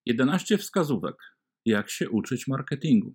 11 wskazówek, jak się uczyć marketingu.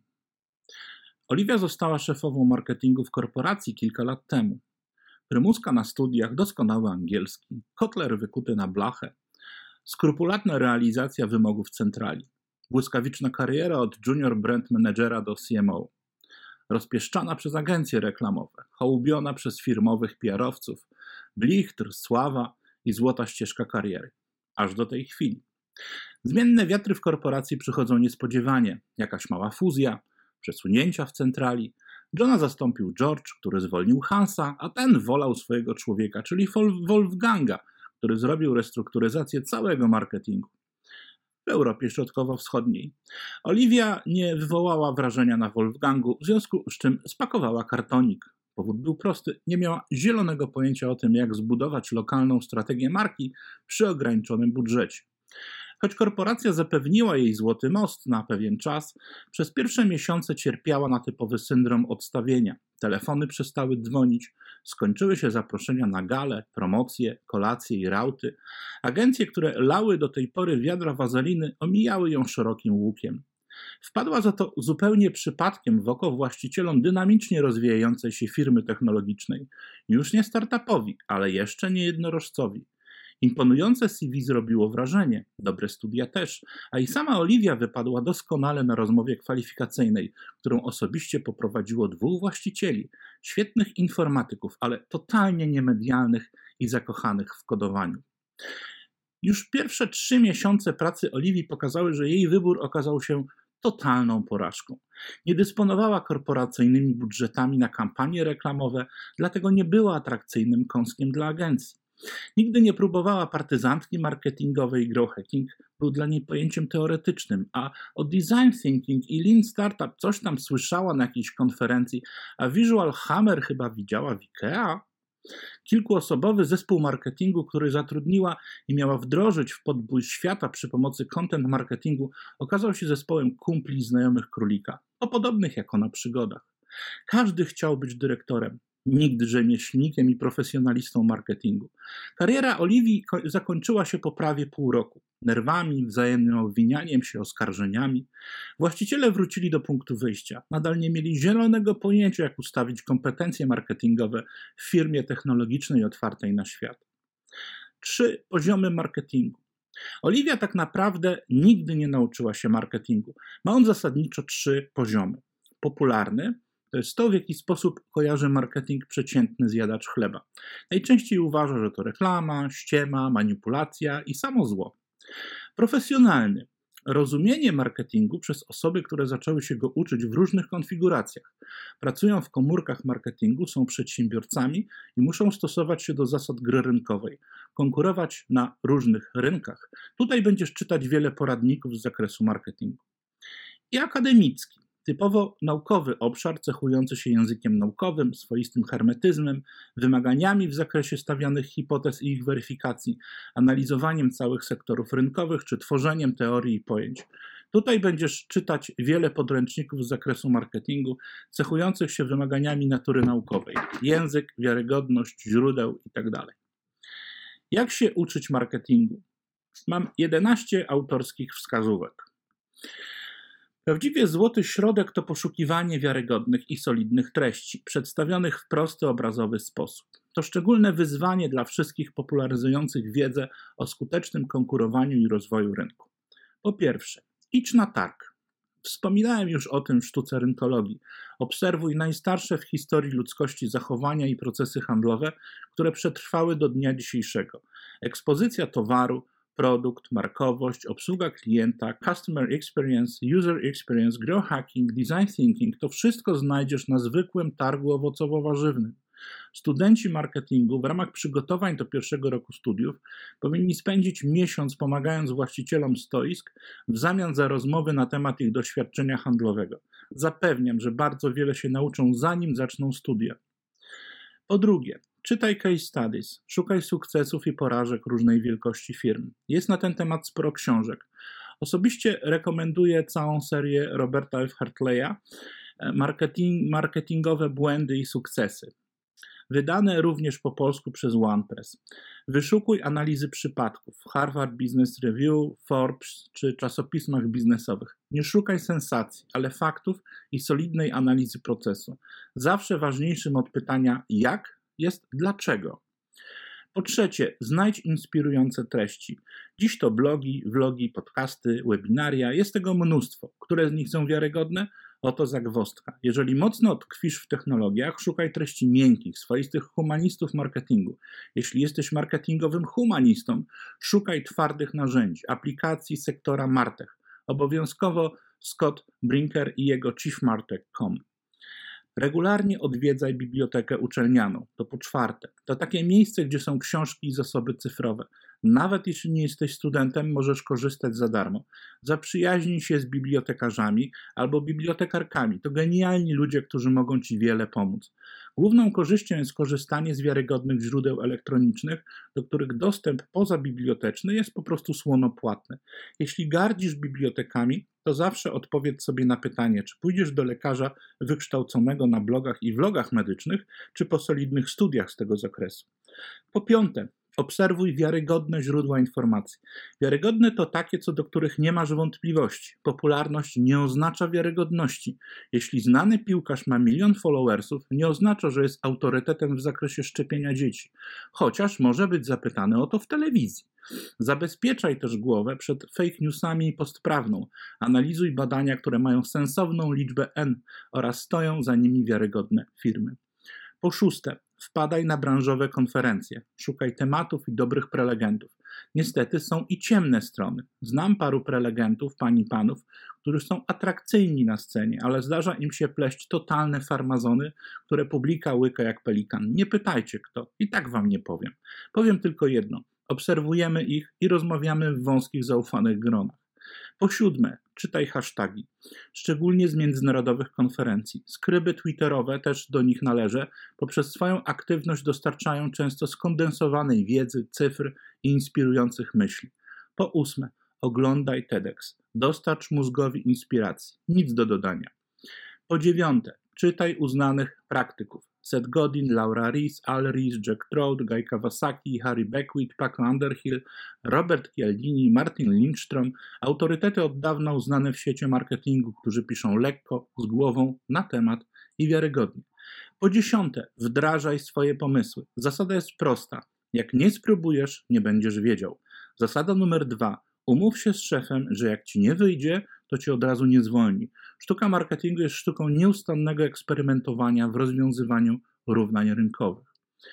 Oliwia została szefową marketingu w korporacji kilka lat temu. Prymuska na studiach, doskonały angielski, kotler wykuty na blachę, skrupulatna realizacja wymogów centrali, błyskawiczna kariera od junior brand managera do CMO, rozpieszczana przez agencje reklamowe, hołubiona przez firmowych PR-owców, blichtr, sława i złota ścieżka kariery. Aż do tej chwili. Zmienne wiatry w korporacji przychodzą niespodziewanie. Jakaś mała fuzja, przesunięcia w centrali. Johna zastąpił George, który zwolnił Hansa, a ten wolał swojego człowieka, czyli Wolfganga, który zrobił restrukturyzację całego marketingu. W Europie Środkowo-Wschodniej. Oliwia nie wywołała wrażenia na Wolfgangu, w związku z czym spakowała kartonik. Powód był prosty, nie miała zielonego pojęcia o tym, jak zbudować lokalną strategię marki przy ograniczonym budżecie. Choć korporacja zapewniła jej złoty most na pewien czas, przez pierwsze miesiące cierpiała na typowy syndrom odstawienia. Telefony przestały dzwonić, skończyły się zaproszenia na gale, promocje, kolacje i rauty. Agencje, które lały do tej pory wiadra wazeliny, omijały ją szerokim łukiem. Wpadła za to zupełnie przypadkiem w oko właścicielom dynamicznie rozwijającej się firmy technologicznej. Już nie startupowi, ale jeszcze nie jednorożcowi. Imponujące CV zrobiło wrażenie, dobre studia też, a i sama Oliwia wypadła doskonale na rozmowie kwalifikacyjnej, którą osobiście poprowadziło dwóch właścicieli, świetnych informatyków, ale totalnie niemedialnych i zakochanych w kodowaniu. Już pierwsze 3 miesiące pracy Oliwii pokazały, że jej wybór okazał się totalną porażką. Nie dysponowała korporacyjnymi budżetami na kampanie reklamowe, dlatego nie była atrakcyjnym kąskiem dla agencji. Nigdy nie próbowała partyzantki marketingowej i growth hacking, był dla niej pojęciem teoretycznym, a o design thinking i lean startup coś tam słyszała na jakiejś konferencji, a Visual Hammer chyba widziała w IKEA. Kilkuosobowy zespół marketingu, który zatrudniła i miała wdrożyć w podbój świata przy pomocy content marketingu, okazał się zespołem kumpli i znajomych królika, o podobnych jak ona przygodach. Każdy chciał być dyrektorem, nikt rzemieślnikiem i profesjonalistą marketingu. Kariera Oliwii zakończyła się po prawie pół roku. Nerwami, wzajemnym obwinianiem się, oskarżeniami. Właściciele wrócili do punktu wyjścia. Nadal nie mieli zielonego pojęcia, jak ustawić kompetencje marketingowe w firmie technologicznej otwartej na świat. 3 poziomy marketingu. Oliwia tak naprawdę nigdy nie nauczyła się marketingu. Ma on zasadniczo 3 poziomy. Popularny, to jest to, w jaki sposób kojarzy marketing przeciętny zjadacz chleba. Najczęściej uważa, że to reklama, ściema, manipulacja i samo zło. Profesjonalny. Rozumienie marketingu przez osoby, które zaczęły się go uczyć w różnych konfiguracjach. Pracują w komórkach marketingu, są przedsiębiorcami i muszą stosować się do zasad gry rynkowej. Konkurować na różnych rynkach. Tutaj będziesz czytać wiele poradników z zakresu marketingu. I akademicki. Typowo naukowy obszar cechujący się językiem naukowym, swoistym hermetyzmem, wymaganiami w zakresie stawianych hipotez i ich weryfikacji, analizowaniem całych sektorów rynkowych czy tworzeniem teorii i pojęć. Tutaj będziesz czytać wiele podręczników z zakresu marketingu cechujących się wymaganiami natury naukowej. Język, wiarygodność, źródeł itd. Jak się uczyć marketingu? Mam 11 autorskich wskazówek. Prawdziwie złoty środek to poszukiwanie wiarygodnych i solidnych treści, przedstawionych w prosty, obrazowy sposób. To szczególne wyzwanie dla wszystkich popularyzujących wiedzę o skutecznym konkurowaniu i rozwoju rynku. Po pierwsze, idź na targ. Wspominałem już o tym w sztuce rynkologii. Obserwuj najstarsze w historii ludzkości zachowania i procesy handlowe, które przetrwały do dnia dzisiejszego. Ekspozycja towaru, produkt, markowość, obsługa klienta, customer experience, user experience, growth hacking, design thinking, to wszystko znajdziesz na zwykłym targu owocowo-warzywnym. Studenci marketingu w ramach przygotowań do pierwszego roku studiów powinni spędzić miesiąc pomagając właścicielom stoisk w zamian za rozmowy na temat ich doświadczenia handlowego. Zapewniam, że bardzo wiele się nauczą zanim zaczną studia. Po drugie, czytaj case studies, szukaj sukcesów i porażek różnej wielkości firm. Jest na ten temat sporo książek. Osobiście rekomenduję całą serię Roberta F. Hartleya Marketingowe błędy i sukcesy. Wydane również po polsku przez OnePress. Wyszukuj analizy przypadków w Harvard Business Review, Forbes czy czasopismach biznesowych. Nie szukaj sensacji, ale faktów i solidnej analizy procesu. Zawsze ważniejszym od pytania jak jest dlaczego. Po trzecie, znajdź inspirujące treści. Dziś to blogi, vlogi, podcasty, webinaria. Jest tego mnóstwo. Które z nich są wiarygodne? Oto zagwozdka. Jeżeli mocno tkwisz w technologiach, szukaj treści miękkich, swoistych humanistów marketingu. Jeśli jesteś marketingowym humanistą, szukaj twardych narzędzi, aplikacji sektora Martech. Obowiązkowo Scott Brinker i jego chiefmartech.com. Regularnie odwiedzaj bibliotekę uczelnianą. To po czwarte. To takie miejsce, gdzie są książki i zasoby cyfrowe. Nawet jeśli nie jesteś studentem, możesz korzystać za darmo. Zaprzyjaźnij się z bibliotekarzami albo bibliotekarkami. To genialni ludzie, którzy mogą Ci wiele pomóc. Główną korzyścią jest korzystanie z wiarygodnych źródeł elektronicznych, do których dostęp pozabiblioteczny jest po prostu słonopłatny. Jeśli gardzisz bibliotekami, to zawsze odpowiedz sobie na pytanie, czy pójdziesz do lekarza wykształconego na blogach i vlogach medycznych, czy po solidnych studiach z tego zakresu. Po piąte, obserwuj wiarygodne źródła informacji. Wiarygodne to takie, co do których nie masz wątpliwości. Popularność nie oznacza wiarygodności. Jeśli znany piłkarz ma 1 000 000 followersów, nie oznacza, że jest autorytetem w zakresie szczepienia dzieci. Chociaż może być zapytany o to w telewizji. Zabezpieczaj też głowę przed fake newsami i postprawną. Analizuj badania, które mają sensowną liczbę N oraz stoją za nimi wiarygodne firmy. Po szóste, wpadaj na branżowe konferencje. Szukaj tematów i dobrych prelegentów. Niestety są i ciemne strony. Znam paru prelegentów, pań i panów, którzy są atrakcyjni na scenie, ale zdarza im się pleść totalne farmazony, które publika łyka jak pelikan. Nie pytajcie kto, i tak wam nie powiem. Powiem tylko jedno. Obserwujemy ich i rozmawiamy w wąskich, zaufanych gronach. Po siódme, czytaj hasztagi, szczególnie z międzynarodowych konferencji. Skryby twitterowe też do nich należę, poprzez swoją aktywność dostarczają często skondensowanej wiedzy, cyfr i inspirujących myśli. Po ósme, oglądaj TEDx. Dostarcz mózgowi inspiracji. Nic do dodania. Po dziewiąte, czytaj uznanych praktyków. Seth Godin, Laura Ries, Al Ries, Jack Trout, Guy Kawasaki, Harry Beckwith, Paco Underhill, Robert Cialdini, Martin Lindstrom, autorytety od dawna uznane w świecie marketingu, którzy piszą lekko, z głową, na temat i wiarygodnie. Po dziesiąte, wdrażaj swoje pomysły. Zasada jest prosta. Jak nie spróbujesz, nie będziesz wiedział. Zasada numer 2. Umów się z szefem, że jak ci nie wyjdzie, to cię od razu nie zwolni. Sztuka marketingu jest sztuką nieustannego eksperymentowania w rozwiązywaniu równań rynkowych.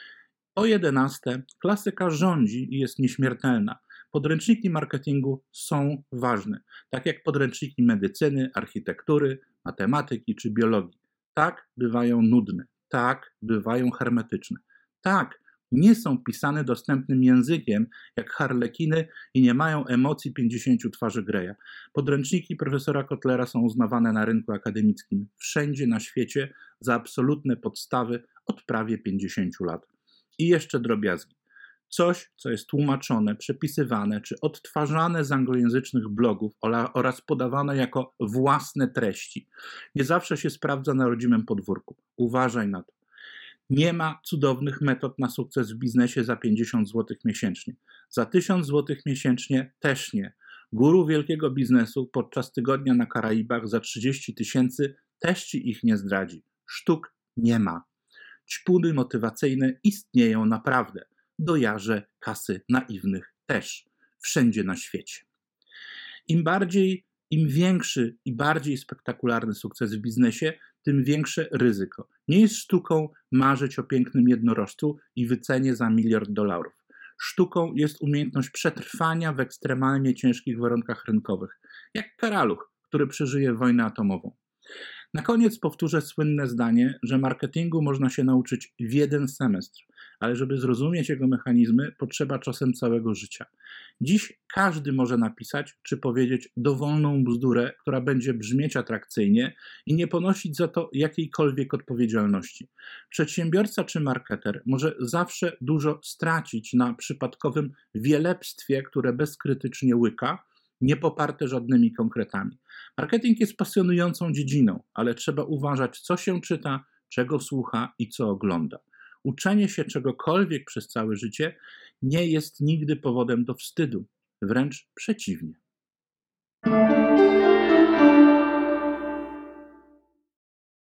Po 11, klasyka rządzi i jest nieśmiertelna. Podręczniki marketingu są ważne, tak jak podręczniki medycyny, architektury, matematyki czy biologii. Tak, bywają nudne. Tak, bywają hermetyczne. Tak, nie są pisane dostępnym językiem jak harlekiny i nie mają emocji 50 twarzy Greya. Podręczniki profesora Kotlera są uznawane na rynku akademickim wszędzie na świecie za absolutne podstawy od prawie 50 lat. I jeszcze drobiazgi. Coś, co jest tłumaczone, przepisywane czy odtwarzane z anglojęzycznych blogów oraz podawane jako własne treści. Nie zawsze się sprawdza na rodzimym podwórku. Uważaj na to. Nie ma cudownych metod na sukces w biznesie za 50 zł miesięcznie. Za 1000 zł miesięcznie też nie. Guru wielkiego biznesu podczas tygodnia na Karaibach za 30 000 też ci ich nie zdradzi. Sztuk nie ma. Ćpuny motywacyjne istnieją naprawdę. Dojarze kasy naiwnych też. Wszędzie na świecie. Im większy i bardziej spektakularny sukces w biznesie, tym większe ryzyko. Nie jest sztuką marzyć o pięknym jednorożcu i wycenie za $1 miliard. Sztuką jest umiejętność przetrwania w ekstremalnie ciężkich warunkach rynkowych, jak karaluch, który przeżyje wojnę atomową. Na koniec powtórzę słynne zdanie, że marketingu można się nauczyć w 1 semestr, ale żeby zrozumieć jego mechanizmy, potrzeba czasem całego życia. Dziś każdy może napisać czy powiedzieć dowolną bzdurę, która będzie brzmieć atrakcyjnie i nie ponosić za to jakiejkolwiek odpowiedzialności. Przedsiębiorca czy marketer może zawsze dużo stracić na przypadkowym wielepstwie, które bezkrytycznie łyka, nie poparte żadnymi konkretami. Marketing jest pasjonującą dziedziną, ale trzeba uważać, co się czyta, czego słucha i co ogląda. Uczenie się czegokolwiek przez całe życie nie jest nigdy powodem do wstydu, wręcz przeciwnie.